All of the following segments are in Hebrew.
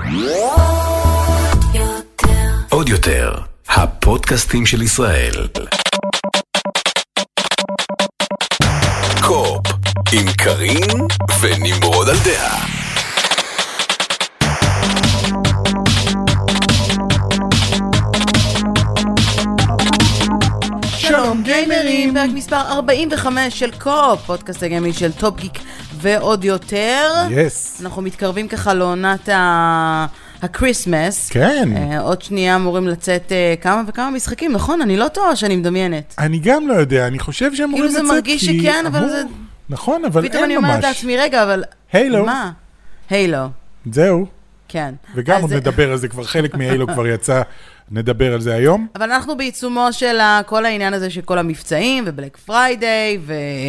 עוד יותר, הפודקאסטים של ישראל. קופ, עם קרין ונמרוד על דעה. שלום גיימרים, פרק מספר 45 של קופ, פודקאסט הגיימי של טופ גיק ועוד יותר. אנחנו מתקרבים ככה לעונת הקריסמס. כן. עוד שנייה אמורים לצאת כמה וכמה משחקים, נכון? אני לא טועה שאני מדמיינת. אני גם לא יודע, אני חושב שהם אמורים לצאת. כאילו זה מרגיש שכן, אבל זה... נכון, אבל אין ממש. פתאום אני אומרת לעצמי, רגע, אבל... הילו. מה? הילו. זהו. כן. וגם עוד נדבר על זה, כבר חלק מהילו כבר יצא, נדבר על זה היום. אבל אנחנו בעיצומו של כל העניין הזה של כל המבצעים, ובלק פריידיי,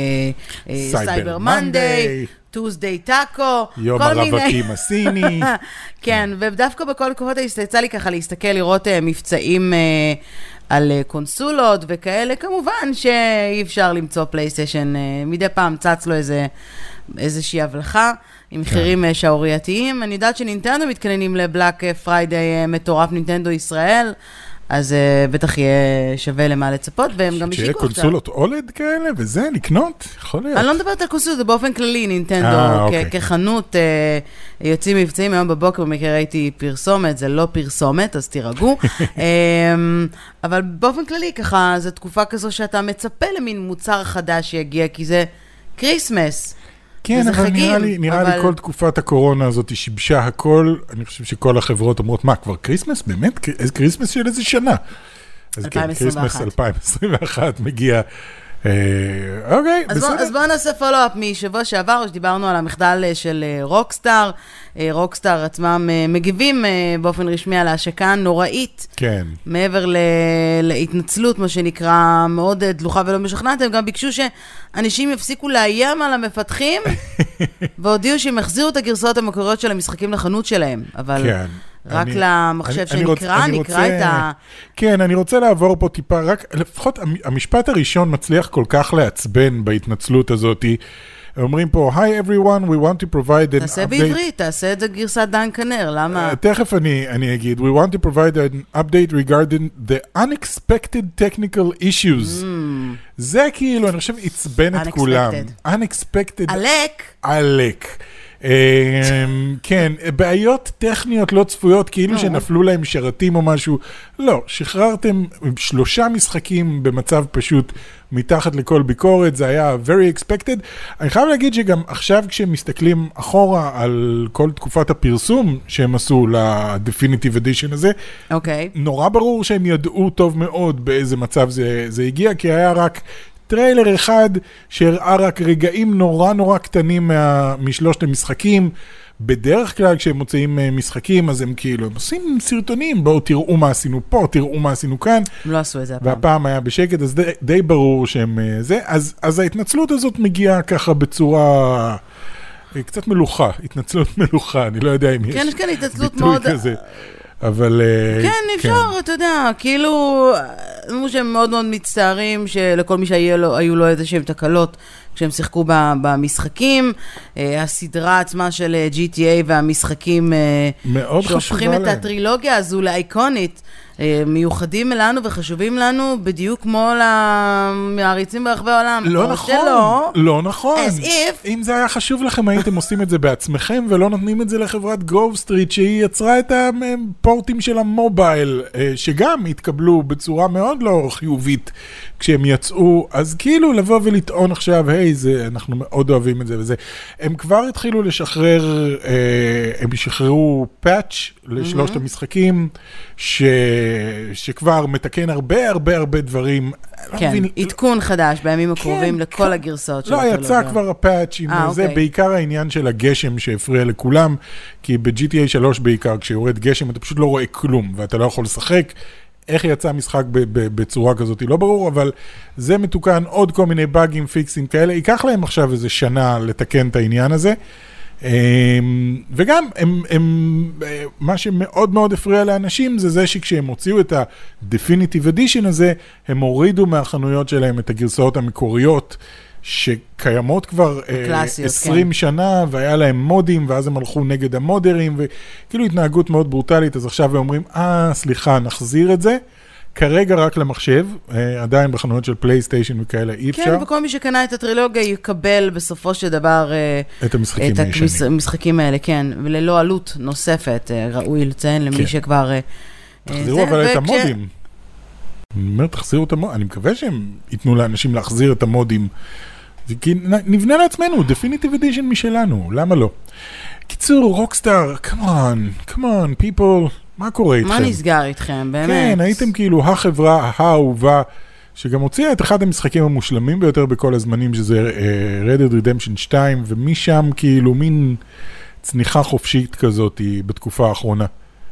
וסייבר מנדיי, טוסדיי טאקו, יום הרווקים הסיני. כן, ודווקא בכל תקופות יצא לי ככה להסתכל, לראות מבצעים על קונסולות וכאלה, כמובן שאי אפשר למצוא פלייסטיישן, מדי פעם צץ לו איזושהי הבלחה, עם מחירים שעורייתיים. אני יודעת שנינטנדו מתכננים לבלק פריידיי מטורף, נינטנדו ישראל, אז בטח יהיה שווה למה לצפות, והם גם השיקו עכשיו. שיהיה קונסולות אולד כאלה, וזה לקנות, יכול להיות. אני לא מדברת על קונסולות, זה באופן כללי, נינטנדו כחנות, יוצאים מבצעים, היום בבוקר במקרה ראיתי פרסומת, זה לא פרסומת, אז תירגעו. אבל באופן כללי, ככה, זו תקופה כזו שאתה מצפה למין מוצר חדש שיגיע, כי זה קריסמס. כן, אבל נראה לי כל תקופת הקורונה הזאת שיבשה הכל, אני חושב שכל החברות אומרות, מה, כבר קריסמס? באמת? איזה קריסמס של איזה שנה? 2021. אז כן, קריסמס 2021 מגיע, אוקיי, בסדר. אז בואו נעשה פולו-אפ משבוע שעבר, שדיברנו על המחדל של רוקסטאר. רוקסטאר עצמם מגיבים באופן רשמי על ההשקה נוראית. כן. מעבר להתנצלות, מה שנקרא, מאוד דלוחה ולא משכנעת, הם גם ביקשו שאנשים יפסיקו לאיים על המפתחים, והודיעו שהם החזירו את הגרסאות המקוריות של המשחקים לחנות שלהם. אבל... כן. רק למחשב שנקרא את ה... כן, אני רוצה לעבור פה טיפה, רק לפחות המשפט הראשון מצליח כל כך לעצבן בהתנצלות הזאת. אומרים פה, Hi everyone, we want to provide an update. תעשה בעברית, תעשה את זה גרסת דן כנר, למה? תכף אני אגיד, we want to provide an update regarding the unexpected technical issues. זה כאילו, אני חושב, עצבן את כולם. Unexpected. עלק. כן, בעיות טכניות לא צפויות, כאילו שנפלו להם שרתים או משהו. לא, שחררתם 3 משחקים במצב פשוט מתחת לכל ביקורת, זה היה very expected. אני חייב להגיד שגם עכשיו כשמסתכלים אחורה על כל תקופת הפרסום שהם עשו ל-Definitive Edition הזה, נורא ברור שהם ידעו טוב מאוד באיזה מצב זה הגיע, כי היה רק טריילר אחד שהראה רק רגעים נורא קטנים משלושת המשחקים. בדרך כלל כשהם מוצאים משחקים, אז הם כאילו, הם עושים סרטונים, בואו תראו מה עשינו פה, תראו מה עשינו כאן. לא עשו את זה הפעם. והפעם היה בשקט, אז די ברור שהם זה. אז ההתנצלות הזאת מגיעה ככה בצורה קצת מלוכה, התנצלות מלוכה, אני לא יודע אם יש ביטוי כזה. אבל... כן, אפשר, אתה יודע, כאילו, שהם מאוד מאוד מצטערים שלכל מי שהיו לו איזשהם תקלות כשהם שיחקו במשחקים, הסדרה עצמה של GTA והמשחקים שהופכים את הטרילוגיה הזו לאיקונית, מיוחדים לנו וחשובים לנו בדיוק כמו למעריצים ברחבי העולם. לא נכון, לא נכון. אם זה היה חשוב לכם, הייתם עושים את זה בעצמכם, ולא נותנים את זה לחברת גרוב סטריט, שהיא יצרה את הפורטים של המובייל, שגם התקבלו בצורה מאוד לא חיובית כשהם יצאו. אז כאילו לבוא ולטעון עכשיו, היי, אנחנו מאוד אוהבים את זה וזה. הם כבר התחילו לשחרר, הם ישחררו פאץ' לשלושת המשחקים, שכבר מתקן הרבה דברים. כן, עדכון חדש בימים הקרובים לכל הגרסאות של הטרילוגיה. לא, יצא כבר הפאץ' עם זה, בעיקר העניין של הגשם שהפריע לכולם, כי ב-GTA 3 בעיקר, כשיורד גשם, אתה פשוט לא רואה כלום, ואתה לא יכול לשחק. איך יצא משחק בצורה כזאת, לא ברור, אבל זה מתוקן, עוד כל מיני באגים, פיקסים כאלה, ייקח להם עכשיו איזה שנה לתקן את העניין הזה, וגם מה שמאוד מאוד הפריע לאנשים זה שכשהם הוציאו את ה-Definitive Edition הזה, הם הורידו מהחנויות שלהם את הגרסאות המקוריות, שקיימות כבר 20 שנה, והיה להם מודים, ואז הם הלכו נגד המודרים, וכאילו התנהגות מאוד ברוטלית, אז עכשיו הם אומרים, סליחה, נחזיר את זה, כרגע רק למחשב, עדיין בחנויות של פלייסטיישן וכאלה אי אפשר. כן, וכל מי שקנה את הטרילוגיה יקבל בסופו של דבר את המשחקים המשחקים האלה, כן, וללא עלות נוספת, ראוי לציין למי שכבר... תחזירו אבל את המודים. אני אומר, תחזירו את המודים. אני מקווה שהם ייתנו לאנשים להחזיר את המודים. כי נבנה לעצמנו, Definitive Edition משלנו, למה לא? קיצור, רוקסטאר, come on, people, מה קורה איתכם? מה נסגר איתכם, באמת? כן, הייתם כאילו החברה האהובה, שגם הוציאה את אחד המשחקים המושלמים ביותר בכל הזמנים, שזה Red Dead Redemption 2, ומשם כאילו מין צניחה חופשית כזאת בתקופה האחרונה.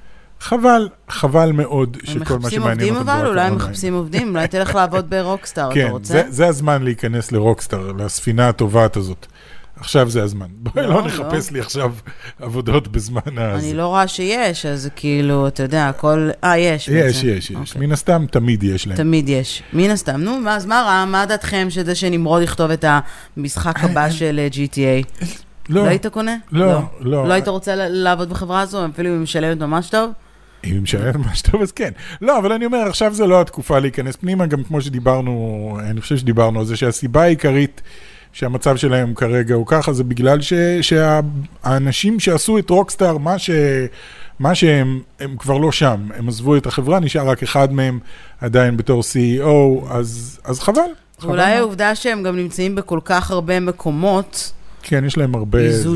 חבל מאוד שכל מה שמעניין אותם. אבל אולי הם מחפשים עובדים, אולי תלך לעבוד ברוקסטאר, אתה רוצה? כן, זה הזמן להיכנס לרוקסטאר, לספינה הטובת הזאת. עכשיו זה הזמן. בואי לא נחפש לי עכשיו עבודות בזמן הזה. אני לא רואה שיש, אז כאילו, אתה יודע, הכל... יש. יש. מן הסתם תמיד יש להם. תמיד יש. מן הסתם. נו, אז מה דעתכם שזה שנמרוד יכתוב את המשחק הבא של GTA? לא היית קונה? לא. לא היית רוצה לעבוד בחברה הזו? אפילו אם משלמת ממש טוב? אם היא משלמת ממש טוב, אז כן. לא, אבל אני אומר, עכשיו זה לא התקופה להיכנס פנימה, גם כמו שדיברנו, אני חושב שדיברנו על זה, שהסיבה העיקרית שהמצב שלהם כרגע הוא ככה, זה בגלל שהאנשים שעשו את רוקסטאר, מה שהם כבר לא שם, הם עזבו את החברה, נשאר רק אחד מהם עדיין בתור CEO, אז חבל. אולי העובדה שהם גם נמצאים בכל כך הרבה מקומות, כן, יש להם הרבה... איזו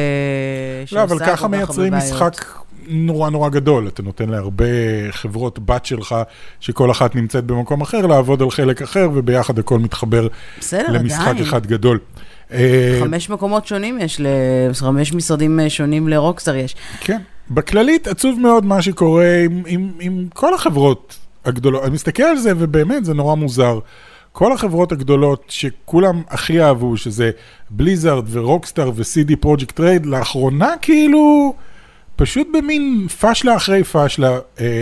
לא, אבל ככה מייצרים משחק נורא גדול. אתה נותן להרבה חברות בת שלך, שכל אחת נמצאת במקום אחר, לעבוד על חלק אחר, וביחד הכל מתחבר למשחק אחד גדול. 5 מקומות שונים יש, 5 משרדים שונים לרוקסטאר יש. כן. בכללית, עצוב מאוד מה שקורה עם כל החברות הגדולות. אני מסתכל על זה, ובאמת זה נורא מוזר. כל החברות הגדולות שכולם הכי אהבו, שזה בליזארד ורוקסטאר ו-CD Projekt Red, לאחרונה כאילו פשוט במין פשלה אחרי פשלה.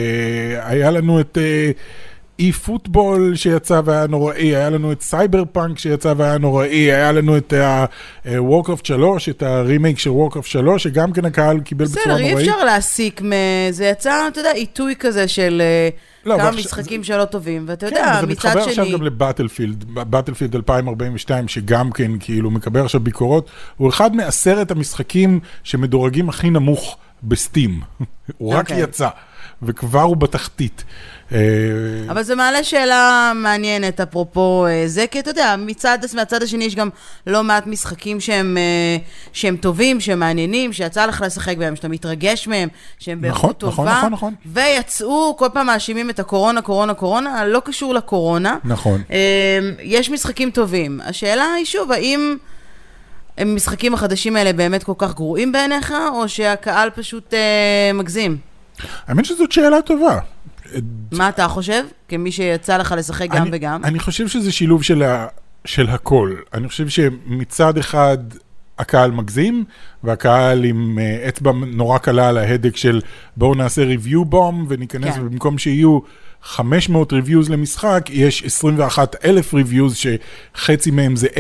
היה לנו את אי-פוטבול שיצא והיה נוראי, היה לנו את סייבר פאנק שיצא והיה נוראי, היה לנו את וורקראפט 3, את הרימייק של וורקראפט 3, שגם כן הקהל קיבל בצורה נוראית. בסדר, אי אפשר להסיק זה יצא, אתה יודע, עיתוי כזה של... כמה משחקים שלא טובים, ואתה יודע, מצד שני... זה מתחבר עכשיו גם לבטלפילד, בטלפילד 2042, שגם כן כאילו מקבל עכשיו ביקורות, הוא אחד מ10 המשחקים שמדורגים הכי נמוך בסטים. הוא רק יצא, וכבר הוא בתחתית. אבל זה מעלה שאלה מעניינת, אפרופו זה, כי אתה יודע, מהצד השני יש גם לא מעט משחקים שהם טובים, שהם מעניינים, שיצא לך לשחק בהם, שאתה מתרגש מהם, שהם באיכות טובה, ויצאו, כל פעם מאשימים את הקורונה, לא קשור לקורונה. נכון. יש משחקים טובים. השאלה היא שוב, האם המשחקים החדשים האלה באמת כל כך גרועים בעיניך, או שהקהל פשוט מגזים? האמת שזאת שאלה טובה. מה אתה חושב? כמי שיצא לך לשחק גם וגם? אני חושב שזה שילוב של הכל. אני חושב שמצד אחד הקהל מגזים, והקהל עם אצבע נורא קלה על ההדק של בואו נעשה ריוויו בום, וניכנס ובמקום שיהיו 500 ריוויוז למשחק, יש 21,000 ריוויוז שחצי מהם זה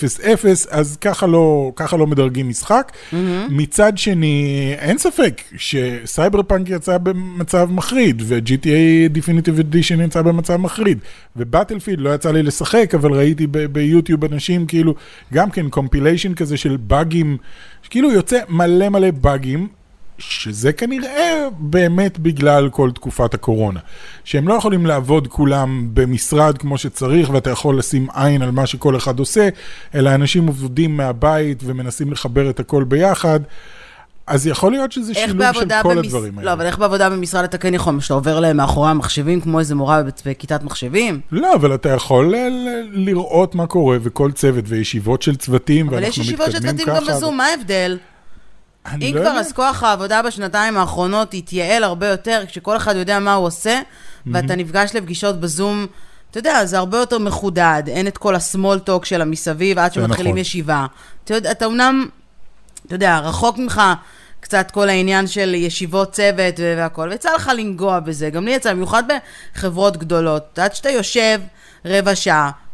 0, אז ככה לא מדרגים משחק. מצד שני, אין ספק שסייבר פאנק יצא במצב מחריד, ו-GTA Definitive Edition יצא במצב מחריד, ובטלפילד לא יצא לי לשחק, אבל ראיתי ביוטיוב אנשים כאילו, גם כן קומפיליישן כזה של באגים, כאילו יוצא מלא באגים, שזה כנראה באמת בגלל כל תקופת הקורונה. שהם לא יכולים לעבוד כולם במשרד כמו שצריך, ואתה יכול לשים עין על מה שכל אחד עושה, אלא אנשים עובדים מהבית ומנסים לחבר את הכל ביחד. אז יכול להיות שזה שילוב של כל הדברים האלה. לא, אבל איך בעבודה במשרד אתה כן יכול? שאתה עובר להם מאחורי המחשבים, כמו איזה מורה בכיתת מחשבים? לא, אבל אתה יכול לראות מה קורה, וכל צוות וישיבות של צוותים, אבל יש ישיבות של צוותים גם בזום, מה ההבדל? אם כבר אז כוח העבודה בשנתיים האחרונות יתייעל הרבה יותר, כשכל אחד יודע מה הוא עושה, ואתה נפגש לפגישות בזום, אתה יודע, זה הרבה יותר מחודד, אין את כל הסמול טוק של המסביב, עד שמתחילים ישיבה. אתה אומנם, אתה יודע, רחוק ממך קצת כל העניין של ישיבות צוות והכל, ויצא לך לנגוע בזה, גם לי יצא, במיוחד בחברות גדולות, עד שאתה יושב רבע שעה,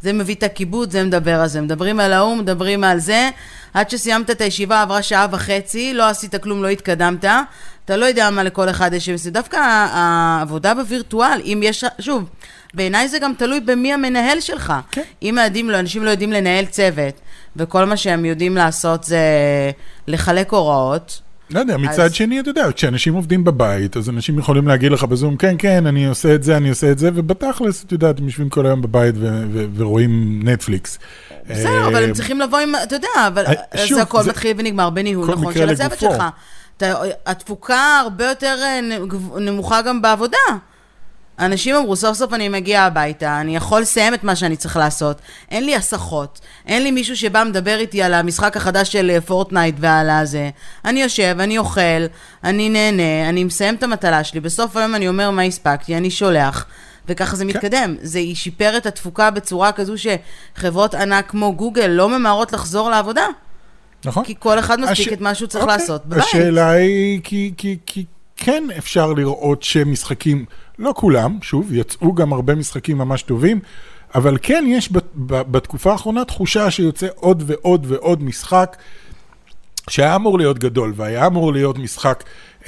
זה מביא את הכיבוד, זה מדבר על זה. מדברים על ההוא, מדברים על זה. עד שסיימת את הישיבה, עברה 1.5 שעות, לא עשית כלום, לא התקדמת. אתה לא יודע מה לכל אחד יש. זה דווקא העבודה בווירטואל, אם יש, שוב, בעיניי זה גם תלוי במי המנהל שלך. כן. אם אנשים לא יודעים לנהל צוות, וכל מה שהם יודעים לעשות זה לחלק הוראות, לא יודע, מצד שני, אתה יודע, כשאנשים עובדים בבית, אז אנשים יכולים להגיד לך בזום, כן, כן, אני עושה את זה, ובתכלס, אתה יודע, אתם יושבים כל היום בבית ורואים נטפליקס. בסדר, אבל הם צריכים לבוא עם, אתה יודע, אבל זה הכל מתחיל ונגמר בניהול, נכון, של הצוות שלך. התפוקה הרבה יותר נמוכה גם בעבודה. אנשים אמרו, סוף סוף אני מגיע הביתה, אני יכול לסיים את מה שאני צריך לעשות, אין לי הסחות, אין לי מישהו שבא מדבר איתי על המשחק החדש של פורטנייט ועל הזה, אני יושב, אני אוכל, אני נהנה, אני מסיים את המטלה שלי, בסוף היום אני אומר מה הספקתי, אני שולח, וככה זה מתקדם. זה ישיפר את התפוקה בצורה כזו שחברות ענק כמו גוגל לא ממהרות לחזור לעבודה. נכון. כי כל אחד מספיק את מה שהוא צריך לעשות בבית. השאלה היא, כי כן אפשר לראות שמשחקים, לא כולם, שוב, יצאו גם הרבה משחקים ממש טובים, אבל כן יש בתקופה האחרונה תחושה שיוצא עוד ועוד ועוד משחק, שהיה אמור להיות גדול, והיה אמור להיות משחק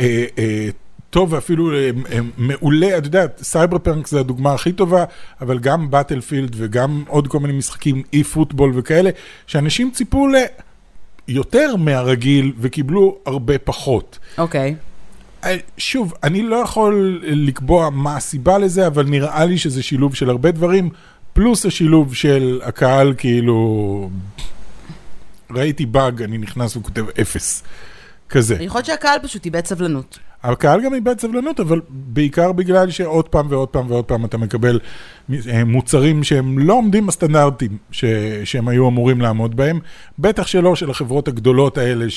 טוב ואפילו מעולה. אתה יודע, סייברפאנק זה הדוגמה הכי טובה, אבל גם באטלפילד וגם עוד כל מיני משחקים, אי פוטבול וכאלה, שאנשים ציפו ליותר מהרגיל וקיבלו הרבה פחות. אוקיי. שוב, אני לא יכול לקבוע מה הסיבה לזה, אבל נראה לי שזה שילוב של הרבה דברים, פלוס השילוב של הקהל, כאילו, ראיתי באג, אני נכנס וכותב 0, כזה. אני חושבת שהקהל פשוט איבד סבלנות. הקהל גם איבד סבלנות, אבל בעיקר בגלל שעוד פעם ועוד פעם ועוד פעם אתה מקבל מוצרים שהם לא עומדים בסטנדרטים שהם היו אמורים לעמוד בהם, בטח שלא של החברות הגדולות האלה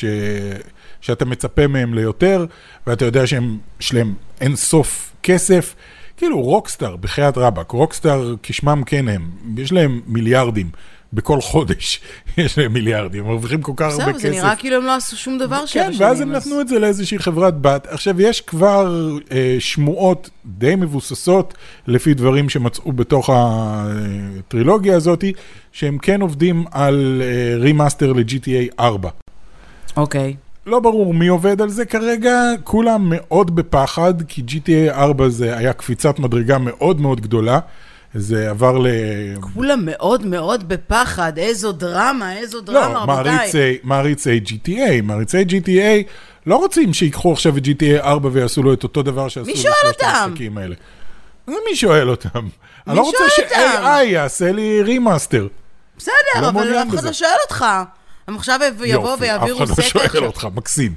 שאתה מצפה מהם ליותר, ואתה יודע שיש להם אין סוף כסף, כאילו רוקסטאר, בחיית רבק, רוקסטאר כשמם כן הם, יש להם מיליארדים. בכל חודש יש להם מיליארדים, הם מרוויחים כל כך הרבה כסף. זה נראה כאילו הם לא עשו שום דבר כן, ואז הם נתנו את זה לאיזושהי חברת בת. עכשיו, יש כבר שמועות די מבוססות, לפי דברים שמצאו בתוך הטרילוגיה הזאת, שהם כן עובדים על רימאסטר ל-GTA 4. אוקיי. לא ברור מי עובד על זה כרגע, כולם מאוד בפחד, כי GTA 4 זה היה קפיצת מדרגה מאוד מאוד גדולה, זה עבר כולם מאוד מאוד בפחד, איזו דרמה, לא, מעריצי GTA, מעריצי GTA לא רוצים שיקחו עכשיו את GTA 4 ויעשו לו את אותו דבר שעשו לשלושת המשחקים האלה. מי שואל אותם? אני לא רוצה ש-AI יעשה לי רימאסטר. בסדר, אבל אף אחד לא שואל אותך. הם עכשיו יבואו ויעבירו סקר. אף אחד לא שואל אותך, מקסים.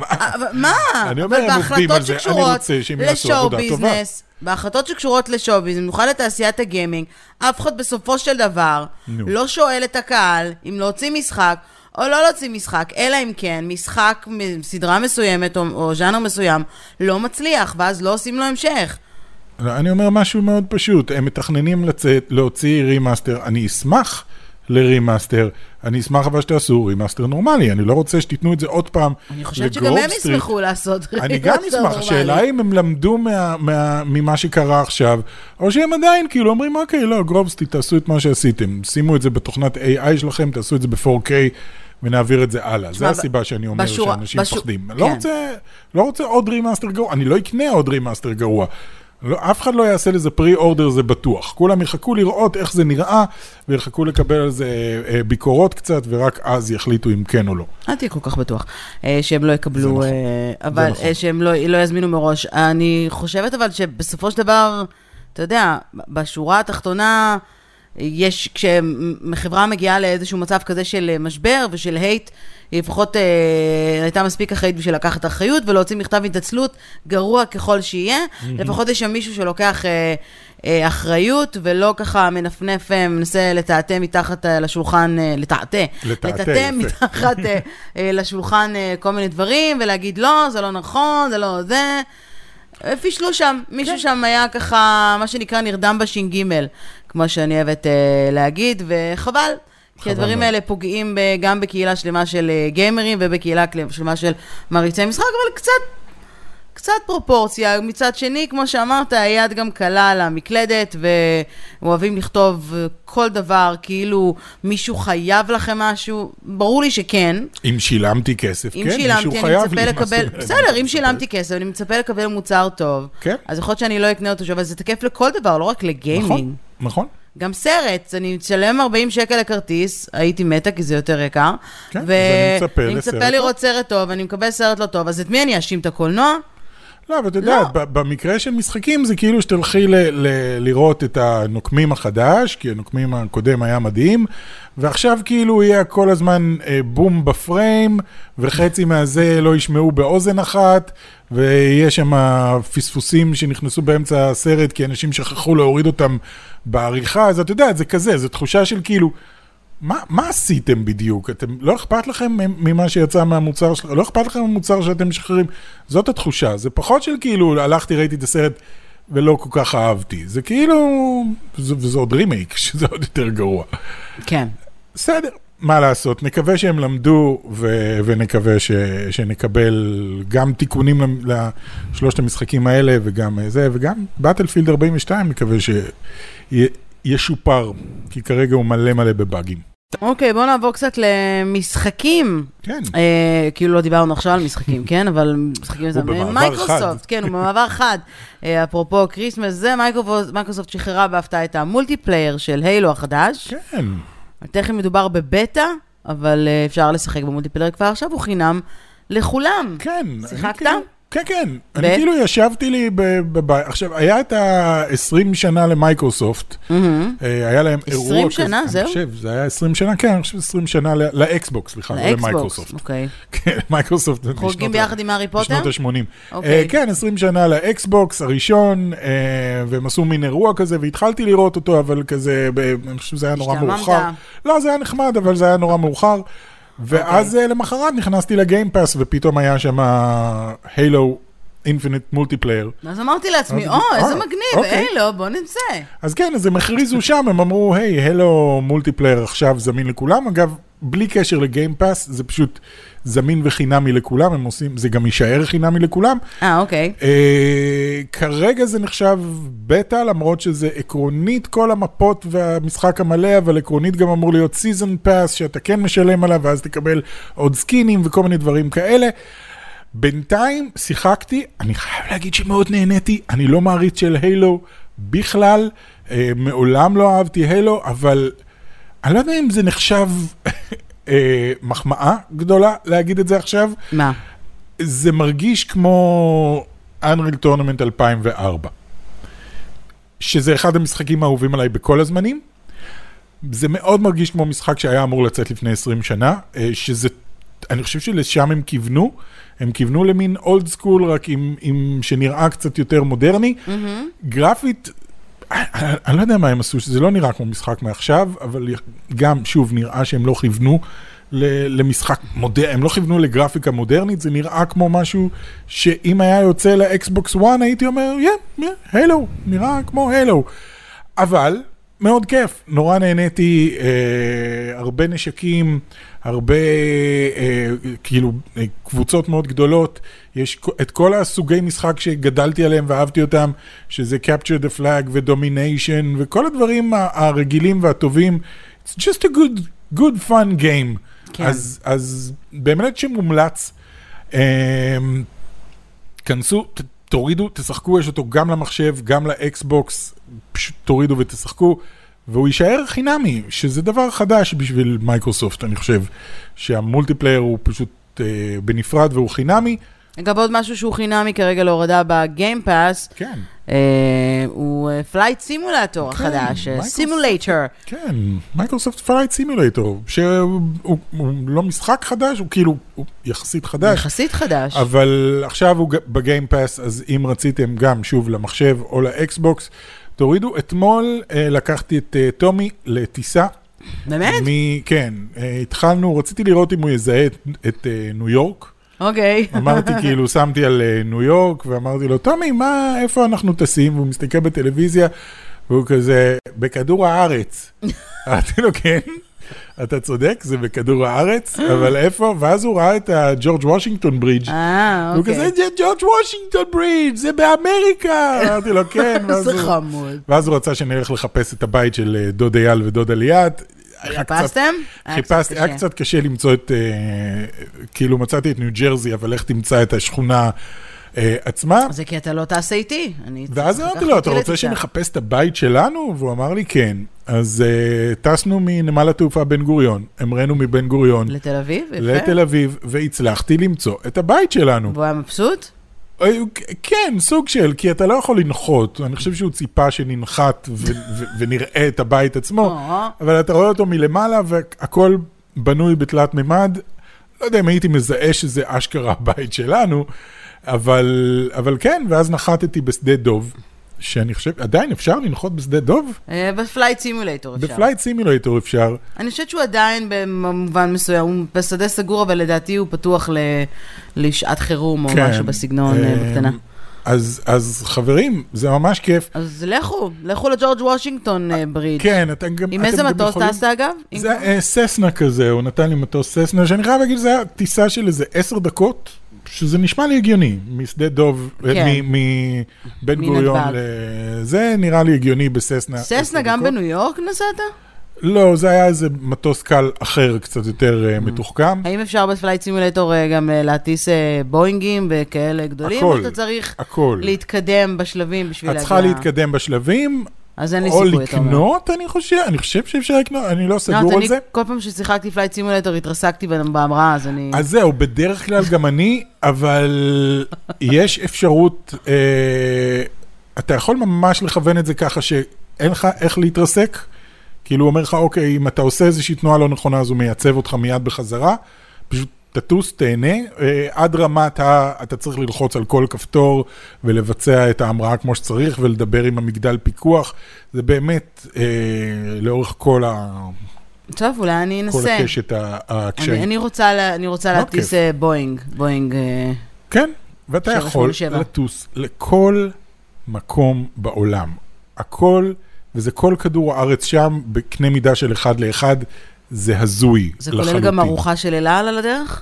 מה? אני אומר, הם עובדים על זה, אני רוצה שהם יעשו עבודה טובה. בהחלטות שקשורות לשואו ביזנס, במיוחד לתעשיית הגיימינג, אף אחד בסופו של דבר לא שואל את הקהל אם להוציא משחק או לא להוציא משחק, אלא אם כן משחק מסדרה מסוימת או ז'אנר מסוים לא מצליח, ואז לא עושים לו המשך. אני אומר משהו מאוד פשוט, הם מתכננים להוציא רימאסטר, אני אשמח לרימאסטר, אני אשמח אבל שתעשו רימאסטר נורמלי, אני לא רוצה שתיתנו את זה עוד פעם. אני חושבת שגם הם ישמחו לעשות רימאסטר נורמלי. אני גם אשמח, השאלה אם הם למדו ממה שקרה עכשיו, או שהם עדיין כאילו אומרים, אוקיי, לא, גרובסטי, תעשו את מה שעשיתם, שימו את זה בתוכנת AI שלכם, תעשו את זה ב-4K, ונעביר את זה הלאה. זה הסיבה שאני אומר שאנשים פחדים. לא רוצה עוד רימאסטר גרוע, אני לא אקנה עוד רימאסטר גרוע. אף אחד לא יעשה לזה פרי-אורדר, זה בטוח. כולם יחכו לראות איך זה נראה, ויחכו לקבל על זה ביקורות קצת, ורק אז יחליטו אם כן או לא. אל תהיה כל כך בטוח, שהם לא יקבלו, אבל שהם לא יזמינו מראש. אני חושבת אבל שבסופו של דבר, אתה יודע, בשורה התחתונה, כשחברה מגיעה לאיזשהו מצב כזה של משבר ושל הייט, היא לפחות הייתה מספיק אחראית בשביל לקחת אחריות ולהוציא מכתב התנצלות, גרוע ככל שיהיה, לפחות יש שם מישהו שלוקח אחריות ולא ככה מנפנף, מנסה לטעטה מתחת לשולחן, לטעטה מתחת לשולחן כל מיני דברים ולהגיד לא, זה לא נכון, זה לא זה. פישלו שם, מישהו שם היה ככה, מה שנקרא נרדם בש"ג, כמו שאני אוהבת להגיד, וחבל. כי הדברים האלה פוגעים גם בקהילה שלמה של גיימרים, ובקהילה שלמה של מעריצי משחק, אבל קצת פרופורציה, מצד שני, כמו שאמרת, היד גם קלה על המקלדת, ואוהבים לכתוב כל דבר, כאילו מישהו חייב לכם משהו, ברור לי שכן. אם שילמתי כסף, כן, מישהו חייב לי. בסדר, אם שילמתי כסף, אני מצפה לקבל מוצר טוב, אז יכול להיות שאני לא אקנה אותו, אבל זה תקף לכל דבר, לא רק לגיימינג. נכון. גם סרט, אני משלם 40 שקל לכרטיס, הייתי מתה כי זה יותר יקר, ואני מצפה לראות סרט טוב, אני מקבל סרט לא טוב, אז את מי אני אשים את הקולנוע? לא, אבל אתה יודע, במקרה של משחקים זה כאילו שתלכי לראות את הנוקמים החדש, כי הנוקמים הקודם היה מדהים, ועכשיו כאילו יהיה כל הזמן בום בפריים, וחצי מהזה לא ישמעו באוזן אחת, ויש שם פספוסים שנכנסו באמצע הסרט, כי אנשים שכחו להוריד אותם בעריכה, אז אתה יודע, זה כזה, זו תחושה של כאילו, מה עשיתם בדיוק? לא אכפת לכם ממה שיצא מהמוצר שלכם? לא אכפת לכם מהמוצר שאתם משחררים? זאת התחושה. זה פחות של כאילו, הלכתי, ראיתי את הסרט ולא כל כך אהבתי. זה כאילו, וזה עוד רימייק, שזה עוד יותר גרוע. כן. בסדר, מה לעשות? נקווה שהם למדו, ונקווה שנקבל גם תיקונים לשלושת המשחקים האלה, וגם זה, וגם Battlefield 42 מקווה שישופר, כי כרגע הוא מלא בבאגים. אוקיי, בואו נעבור קצת למשחקים. כן. כאילו לא דיברנו עכשיו על משחקים, כן? אבל משחקים זה מייקרוסופט. כן, הוא במעבר חד. אפרופו קריסמס, זה מייקרוסופט שחררה בהפתעה את המולטיפלייר של הילו החדש. כן. תכף מדובר בבטא, אבל אפשר לשחק במולטיפלייר כבר עכשיו, הוא חינם לכולם. כן. שיחקת? כן. אני כאילו ישבתי לי בבית. עכשיו, היה את ה-20 שנה למייקרוסופט. היה להם אירוע כזה. 20 שנה, זהו? אני חושב, זה היה 20 שנה, כן, אני חושב 20 שנה לאקסבוקס, סליחה, לא למייקרוסופט. אוקיי. כן, מייקרוסופט. חוגגים ביחד עם הארי פוטר? בשנות ה-80. כן, 20 שנה לאקסבוקס הראשון, והם עשו מין אירוע כזה, והתחלתי לראות אותו, אבל כזה, אני חושב שזה היה נורא מאוחר. לא, זה היה נחמד, אבל זה היה נורא מאוחר. ואז למחרת נכנסתי לגיימפאס, ופתאום היה שם הילו אינפיניט מולטיפלייר. אז אמרתי לעצמי, איזה מגניב, הילו, בוא נצא. אז כן, אז הם הכריזו שם, הם אמרו, היי, הילו מולטיפלייר עכשיו זמין לכולם. אגב, בלי קשר לגיימפאס, זה פשוט זמין וחינמי לכולם, הם עושים, זה גם יישאר חינמי לכולם. אוקיי. כרגע זה נחשב בטא, למרות שזה עקרונית כל המפות והמשחק המלא, אבל עקרונית גם אמור להיות סיזן פאס, שאתה כן משלם עליו, ואז תקבל עוד סקינים וכל מיני דברים כאלה. בינתיים שיחקתי, אני חייב להגיד שמאוד נהניתי, אני לא מעריץ של הילו בכלל, מעולם לא אהבתי הילו, אבל אני לא יודע אם זה נחשב מחמאה גדולה להגיד את זה עכשיו. מה? זה מרגיש כמו Unreal Tournament 2004, שזה אחד המשחקים האהובים עליי בכל הזמנים. זה מאוד מרגיש כמו משחק שהיה אמור לצאת לפני 20 שנה, שזה, אני חושב שלשם הם כיוונו למין אולד סקול, רק עם שנראה קצת יותר מודרני. גרפית, אני לא יודע מה הם עשו, שזה לא נראה כמו משחק מעכשיו, אבל גם, שוב, נראה שהם לא כיוונו למשחק מודרני, הם לא כיוונו לגרפיקה מודרנית, זה נראה כמו משהו שאם היה יוצא לאקסבוקס 1, הייתי אומר, הילו, נראה כמו הילו. אבל, מאוד כיף, נורא נהניתי, הרבה נשקים, הרבה, כאילו, קבוצות מאוד גדולות, יש את כל הסוגי משחק שגדלתי עליהם ואהבתי אותם, שזה Capture the Flag ו-Domination, וכל הדברים הרגילים והטובים, it's just a good fun game. כן. אז באמת שמומלץ, כנסו, תורידו, תשחקו, יש אותו גם למחשב, גם לאקסבוקס, פשוט תורידו ותשחקו, והוא יישאר חינמי, שזה דבר חדש בשביל מייקרוסופט, אני חושב, שהמולטיפלייר הוא פשוט בנפרד והוא חינמי. אגב, עוד משהו שהוא חינמי כרגע להורדה בגיימפאס, כן. הוא פלייט סימולטור החדש, סימולטור. כן, מייקרוסופט פלייט סימולטור, שהוא לא משחק חדש, הוא כאילו יחסית חדש. יחסית חדש. אבל עכשיו הוא בגיימפאס, אז אם רציתם גם שוב למחשב או לאקסבוקס, תורידו. אתמול לקחתי את טומי לטיסה. באמת? כן, התחלנו, רציתי לראות אם הוא יזהה את ניו יורק. אוקיי. אמרתי כאילו, שמתי על ניו יורק, ואמרתי לו, טומי, איפה אנחנו טסים? והוא מסתכל בטלוויזיה, והוא כזה, בכדור הארץ. אמרתי לו, כן. אתה צודק, זה בכדור הארץ, אבל איפה? ואז הוא ראה את הג'ורג' וושינגטון ברידג'. הוא כזה, זה ג'ורג' וושינגטון ברידג', זה באמריקה. אמרתי לו, כן. זה חמוד. ואז הוא רצה שנלך לחפש את הבית של דוד אייל ודוד ליאת. חיפשתם? חיפשתי, היה קצת קשה למצוא את, כאילו מצאתי את ניו ג'רזי, אבל איך תמצא את השכונה עצמה. זה כי אתה לא תעשה איתי. ואז אמרתי לו, אתה רוצה שנחפש את הבית שלנו? והוא אמר לי כן. אז טסנו מנמל התעופה בן גוריון, המראנו מבן גוריון. לתל אביב? לתל אביב, והצלחתי למצוא את הבית שלנו. והוא היה מבסוט? כן, סוג של, כי אתה לא יכול לנחות. אני חושב שהוא ציפה שננחת ונראה את הבית עצמו, אבל אתה רואה אותו מלמעלה והכל בנוי בתלת ממד. לא יודע אם הייתי מזהה שזה אשכרה הבית שלנו, אבל כן, ואז נחתתי בשדה דוב, שאני חושב, עדיין אפשר לנחות בשדה דוב? בפלייט סימולטור אפשר. בפלייט סימולטור אפשר. אני חושבת שהוא עדיין במובן מסוים, הוא בשדה סגור, אבל לדעתי הוא פתוח לשעת חירום או משהו בסגנון בקטנה. אז חברים, זה ממש כיף. אז לכו לג'ורג' וושינגטון ברידג'. כן, אתם גם... עם איזה מטוס טסת אגב? זה ססנה כזה, הוא נתן לי מטוס ססנה, שאני חייב להגיד, זה היה טיסה של איזה 10 דקות, שזה נשמע לי הגיוני, משדה דוב, מבן גוריון, זה נראה לי הגיוני בססנה. ססנה גם בניו יורק נסעת? לא, זה היה איזה מטוס קל אחר, קצת יותר מתוחכם. האם אפשר בפלייט סימולטור גם להטיס בואינגים וכאלה גדולים, או שאתה צריך להתקדם בשלבים בשביל להגיע? את צריכה להתקדם בשלבים, אז אין לי סיכוי, או לקנות, אני חושב שאפשר לקנות, אני לא סגור על זה. כל פעם ששיחקתי פלייט סימולטור, התרסקתי באמרה, אז אני... אז זהו, בדרך כלל גם אני, אבל יש אפשרות, אתה יכול ממש לכוון את זה ככה שאין לך איך להתרסק, כאילו הוא אומר לך, אוקיי, אם אתה עושה איזושהי תנועה לא נכונה, אז הוא מייצב אותך מיד בחזרה, פשוט תטוס, תהנה, עד רמת אתה צריך ללחוץ על כל כפתור, ולבצע את ההמראה כמו שצריך, ולדבר עם המגדל פיקוח, זה באמת לאורך כל טוב, אולי אני אנסה. כל הקשת הקשיים. אני רוצה להטיס בואינג. כן, ואתה יכול לטוס לכל מקום בעולם. הכל, וזה כל כדור הארץ שם, בקנה מידה של 1:1, זה הזוי לחלוטין. זה כולל גם ארוחה של אל על על הדרך?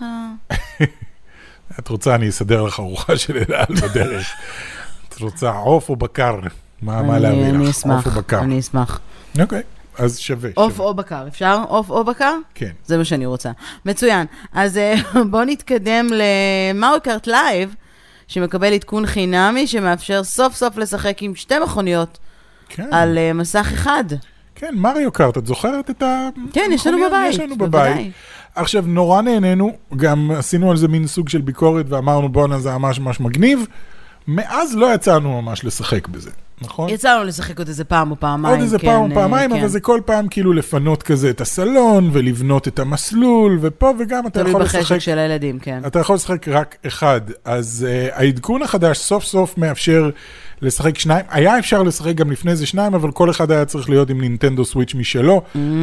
את רוצה, אני אסדר לך ארוחה של אל על בדרך. את רוצה עוף או בקר? מה להביא לך? עוף או בקר? אני אשמח. אוקיי, אז שווה. עוף או בקר, אפשר? עוף או בקר? כן. זה מה שאני רוצה. מצוין. אז בואו נתקדם למריו קארט לייב, שמקבל עדכון חינמי, שמאפשר סוף סוף לשחק עם 2 מכוניות על מסך אחד. כן, מריו קארט, את זוכרת את כן, יש לנו בבית. יש לנו בבית. עכשיו, נורא נהנינו, גם עשינו על זה מין סוג של ביקורת, ואמרנו בואנה זה ממש ממש מגניב, מאז לא יצאנו ממש לשחק בזה, נכון? יצאנו לשחק עוד איזה פעם או פעמיים. עוד איזה פעם או פעמיים, אבל זה כל פעם כאילו לפנות כזה את הסלון, ולבנות את המסלול, ופה וגם אתה יכול לשחק. תלוי בחשק של הילדים, כן. אתה יכול לשחק רק אחד, אז העדכון החדש סוף סוף מאפשר לשחק 2, היה אפשר לשחק גם לפני זה 2, אבל כל אחד היה צריך להיות עם נינטנדו סוויץ' משלו,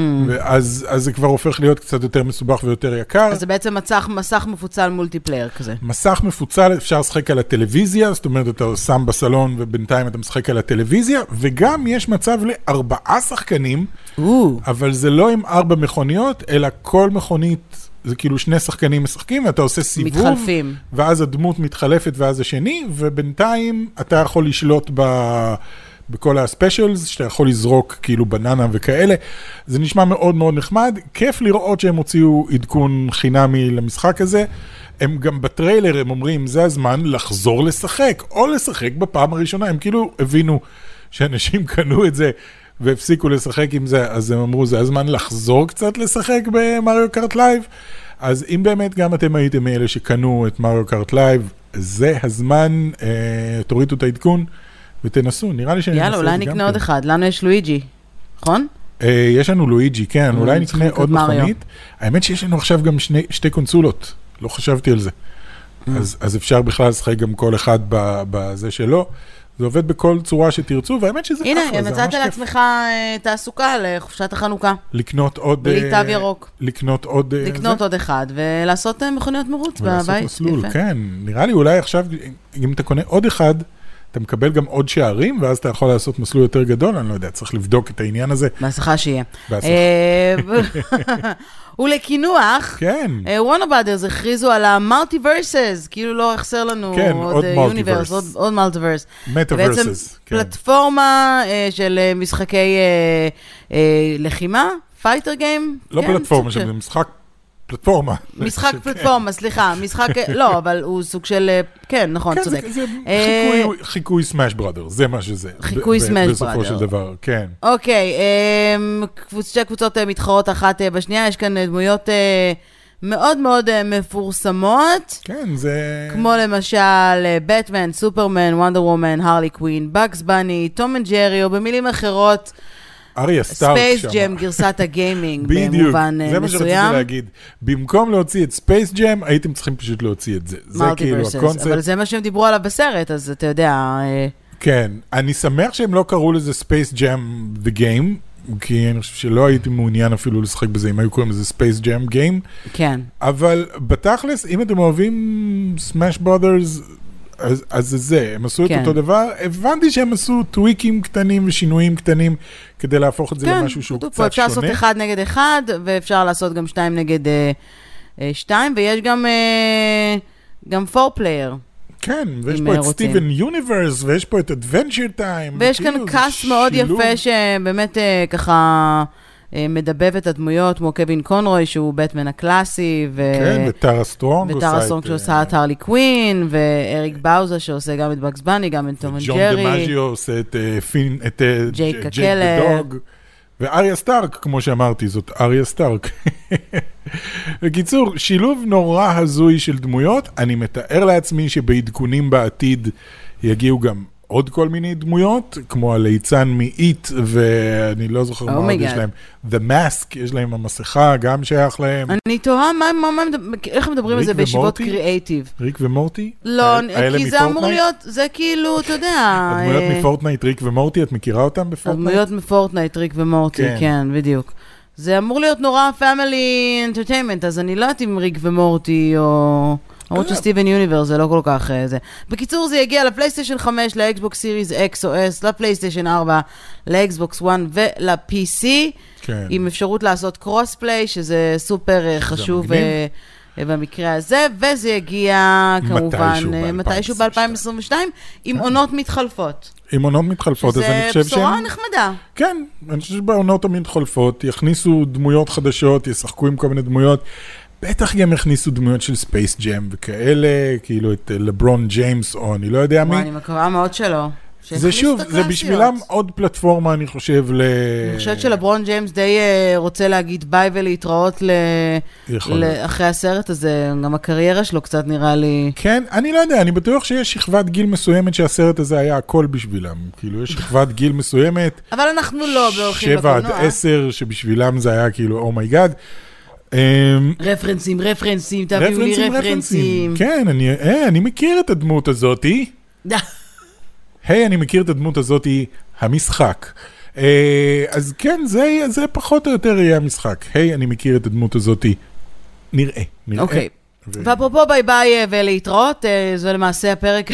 אז זה כבר הופך להיות קצת יותר מסובך ויותר יקר. אז זה בעצם מסך מפוצל מולטיפלייר כזה. מסך מפוצל, אפשר לשחק על הטלוויזיה, זאת אומרת, אתה שם בסלון ובינתיים אתה משחק על הטלוויזיה, וגם יש מצב ל4 שחקנים, אבל זה לא עם 4 מכוניות, אלא כל מכונית, זה כאילו 2 שחקנים משחקים, ואתה עושה סיבוב, מתחלפים. ואז הדמות מתחלפת ואז השני, ובינתיים אתה יכול לשלוט בכל הספיישלס, שאתה יכול לזרוק כאילו בננה וכאלה. זה נשמע מאוד מאוד נחמד. כיף לראות שהם הוציאו עדכון חינמי למשחק הזה. הם גם בטריילר, הם אומרים, זה הזמן לחזור לשחק, או לשחק בפעם הראשונה. הם כאילו הבינו שאנשים קנו את זה, והפסיקו לשחק עם זה, אז הם אמרו, זה הזמן לחזור קצת לשחק במריו קארט לייב. אז אם באמת גם אתם הייתם מאלה שקנו את מריו קארט לייב, זה הזמן, תורידו את העדכון ותנסו. נראה לי שאני יאללה, אולי נקנה עוד אחד. לנו יש לואיג'י, נכון? יש לנו לואיג'י, כן. אולי נקנה עוד מכונית. האמת שיש לנו עכשיו גם 2 קונסולות. לא חשבתי על זה. אז אפשר בכלל לשחק גם כל אחד בזה שלו. זה עובד בכל צורה שתרצו, והאמת שזה הנה, מצאת לעצמך תעסוקה לחופשת החנוכה. לקנות עוד... בלי תו ירוק. לקנות עוד אחד, ולעשות מכוניות מרוץ בבית. ולעשות מסלול, כן. נראה לי אולי עכשיו, אם אתה קונה עוד אחד, אתה מקבל גם עוד שערים, ואז אתה יכול לעשות מסלול יותר גדול, אני לא יודע, צריך לבדוק את העניין הזה. בהצלחה שיהיה. בהצלחה. ולקינוח, כן. וורנר ברודרס הכריזו על המולטיברסס, כאילו לא יחסר לנו עוד יוניברס, עוד מולטיברס. מטאברסס. בעצם פלטפורמה של משחקי לחימה, פייטר גיים. לא פלטפורמה, זה משחק פלטפורמה. משחק פלטפורמה, סליחה, משחק, לא, אבל הוא סוג של, כן, נכון, צודק. זה חיקוי סמאש בראדר, זה מה שזה. חיקוי סמאש בראדר. בסופו של דבר, כן. אוקיי, שתי קבוצות מתחרות אחת בשנייה, יש כאן דמויות מאוד מאוד מפורסמות. כן, זה... כמו למשל, בטמן, סופרמן, וונדר וומן, הרלי קווין, בגס בני, טום אנד ג'רי, או במילים אחרות, אריה סטארק שם. ספייס ג'ם, גרסת הגיימינג, במובן מסוים. בדיוק, זה מה שרציתי להגיד. במקום להוציא את ספייס ג'ם, הייתם צריכים פשוט להוציא את זה. זה כאילו הקונספט. אבל זה מה שהם דיברו עליו בסרט, אז אתה יודע... כן, אני שמח שהם לא קראו לזה ספייס ג'ם The Game, כי אני חושב שלא הייתי מעוניין אפילו לשחק בזה, אם היו קוראים לזה ספייס ג'ם גיים. כן. אבל בתכלס, אם אתם אוהבים סמאש ברודרס, אז זה, הם עשו את אותו דבר. הבנתי שהם עשו טוויקים קטנים ושינויים קטנים, כדי להפוך את זה למשהו שהוא קצת שונה. אפשר לעשות 1 נגד 1, ואפשר לעשות גם 2 נגד 2, ויש גם 4-player. כן, ויש פה את סטיבן יוניברס, ויש פה את אדוונצ'ר טיים. ויש כאן קאסט מאוד יפה, שבאמת ככה... מדבב את הדמויות, כמו קווין קונרוי, שהוא בטמן הקלאסי, כן, וטרה סטרונג שעושה את הרלי קווין, ואריק באוזה שעושה גם את בגס בני, גם את טום אנד ג'רי. וג'ון דמאז'יו עושה את ג'ייק הקלר. ואריה סטארק, כמו שאמרתי, זאת אריה סטארק. בקיצור, שילוב נורא הזוי של דמויות, אני מתאר לעצמי שבעדכונים בעתיד יגיעו גם עוד כל מיני דמויות, כמו הליצן מאיט, ואני לא זוכר מה עוד יש להם. The Mask, יש להם המסכה, גם שייך להם. אני תוהה, איך מדברים על זה בישיבות קריאייטיב? ריק ומורטי? לא, כי זה אמור להיות, זה כאילו, אתה יודע... הדמויות מפורטנייט, ריק ומורטי, את מכירה אותם בפורטנייט? הדמויות מפורטנייט, ריק ומורטי, כן, בדיוק. זה אמור להיות נורא פאמילי אנטרטיימנט, אז אני לא יודעת אם ריק ומורטי או... למרות שסטיבן יוניברס זה לא כל כך זה. בקיצור, זה יגיע לפלייסטיישן 5, לאקסבוקס סיריס X או S, לפלייסטיישן 4, לאקסבוקס 1 ול-PC, עם אפשרות לעשות קרוס-פליי, שזה סופר חשוב במקרה הזה, וזה יגיע כמובן מתישהו ב-2022, עם עונות מתחלפות. עם עונות מתחלפות, אז אני חושב שזה בשורה נחמדה. כן, אני חושב שבעונות המתחלפות יכניסו דמויות חדשות, ישחקו עם כל מיני דמויות, בטח גם הכניסו דמויות של ספייס ג'ם וכאלה, כאילו את לברון ג'יימס או אני לא יודע מי. אני מקווה מאוד שלא. זה שוב, זה בשבילם עוד פלטפורמה, אני חושב, אני חושבת שלברון ג'יימס די רוצה להגיד ביי ולהתראות אחרי הסרט הזה, גם הקריירה שלו קצת נראה לי... כן, אני לא יודע, אני בטוח שיש שכבת גיל מסוימת שהסרט הזה היה הכל בשבילם. כאילו, יש שכבת גיל מסוימת. אבל אנחנו לא בהולכים בקולנוע. 7 עד 10, שבשבילם זה היה כאילו, אומייגאד. רפרנסים, תביאו לי רפרנסים. כן, אני מכיר את הדמות הזאתי. אני מכיר את הדמות הזאתי, המשחק. אז כן, זה פחות או יותר יהיה המשחק. אני מכיר את הדמות הזאתי, נראה. אוקיי. ואפרופו ביי ביי ולהתראות, זה למעשה הפרק,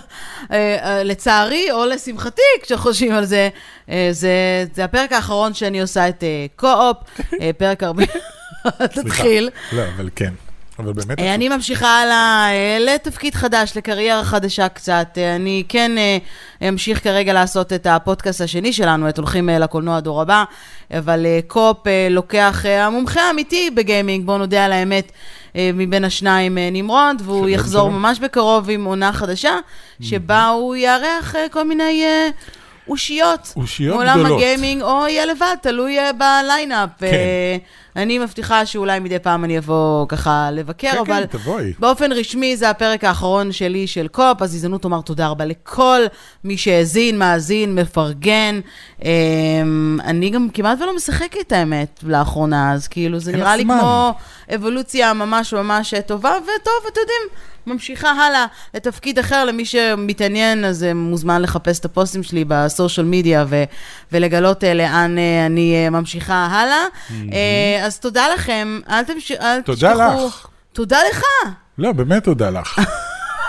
לצערי או לשמחתי, כשחושבים על זה, זה הפרק האחרון שאני עושה את קו-אופ, פרק הרבה... תתחיל. לא, אבל כן. אבל באמת... אני ממשיכה הלאה לתפקיד חדש, לקריירה חדשה קצת. אני כן אמשיך כרגע לעשות את הפודקאסט השני שלנו, את הולכים לקולנוע הדור הבא, אבל קופ לוקח המומחה האמיתי בגיימינג, בואו נודע על האמת, מבין השניים נמרוד, והוא יחזור ממש בקרוב עם עונה חדשה, שבה הוא יארח כל מיני... אושיות מעולם הגיימינג, או יהיה לבד, תלוי בליינאפ. אני מבטיחה שאולי מדי פעם אני אבוא ככה לבקר, אבל באופן רשמי זה הפרק האחרון שלי של קופ, אז הזדמנות אומר תודה רבה לכל מי שהאזין, מאזין, מפרגן. אני גם כמעט ולא משחקת האמת לאחרונה, אז כאילו זה נראה לי כמו אבולוציה ממש ממש טובה, וטוב, אתם יודעים, ממשיכה הלאה לתפקיד אחר, למי שמתעניין, אז מוזמן לחפש את הפוסטים שלי בסושיאל מדיה, ולגלות לאן אני ממשיכה הלאה. אז תודה לכם, אל תשכחו. תודה לך. תודה לך. לא, באמת תודה לך.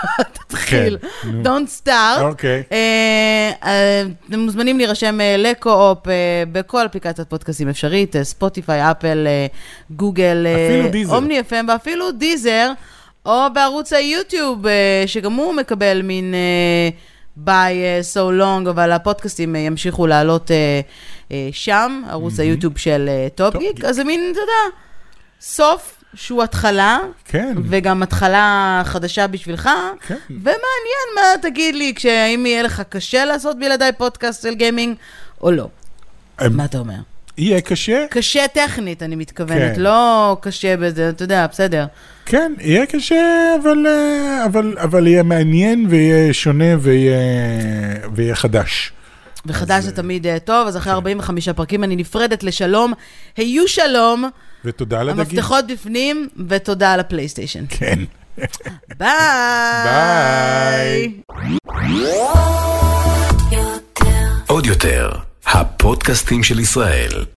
תתחיל. Don't start. אוקיי. אתם מוזמנים להירשם לקו-אופ בכל אפליקציית פודקאסטים אפשרית, ספוטיפיי, אפל, גוגל, אומני FM, ואפילו דיזר, או בערוץ היוטיוב, שגם הוא מקבל מין by so long, אבל הפודקאסטים ימשיכו לעלות שם, ערוץ היוטיוב של טופ גיק, אז זה מין, אתה יודע, סוף שהוא התחלה, כן. וגם התחלה חדשה בשבילך, כן. ומעניין מה תגיד לי, האם יהיה לך קשה לעשות בלעדיי פודקאסט של גיימינג, או לא. מה אתה אומר? יהיה קשה? קשה טכנית, אני מתכוונת, כן. לא קשה בזה, אתה יודע, בסדר. כן, יהיה קשה, אבל יהיה מעניין, ויהיה שונה, ויהיה חדש. וחדש זה תמיד טוב, אז אחרי 45 פרקים אני נפרדת לשלום. היו שלום. ותודה לדגים. המפתחות בפנים, ותודה על הפלייסטיישן. כן. ביי. עוד יותר, הפודקאסטים של ישראל.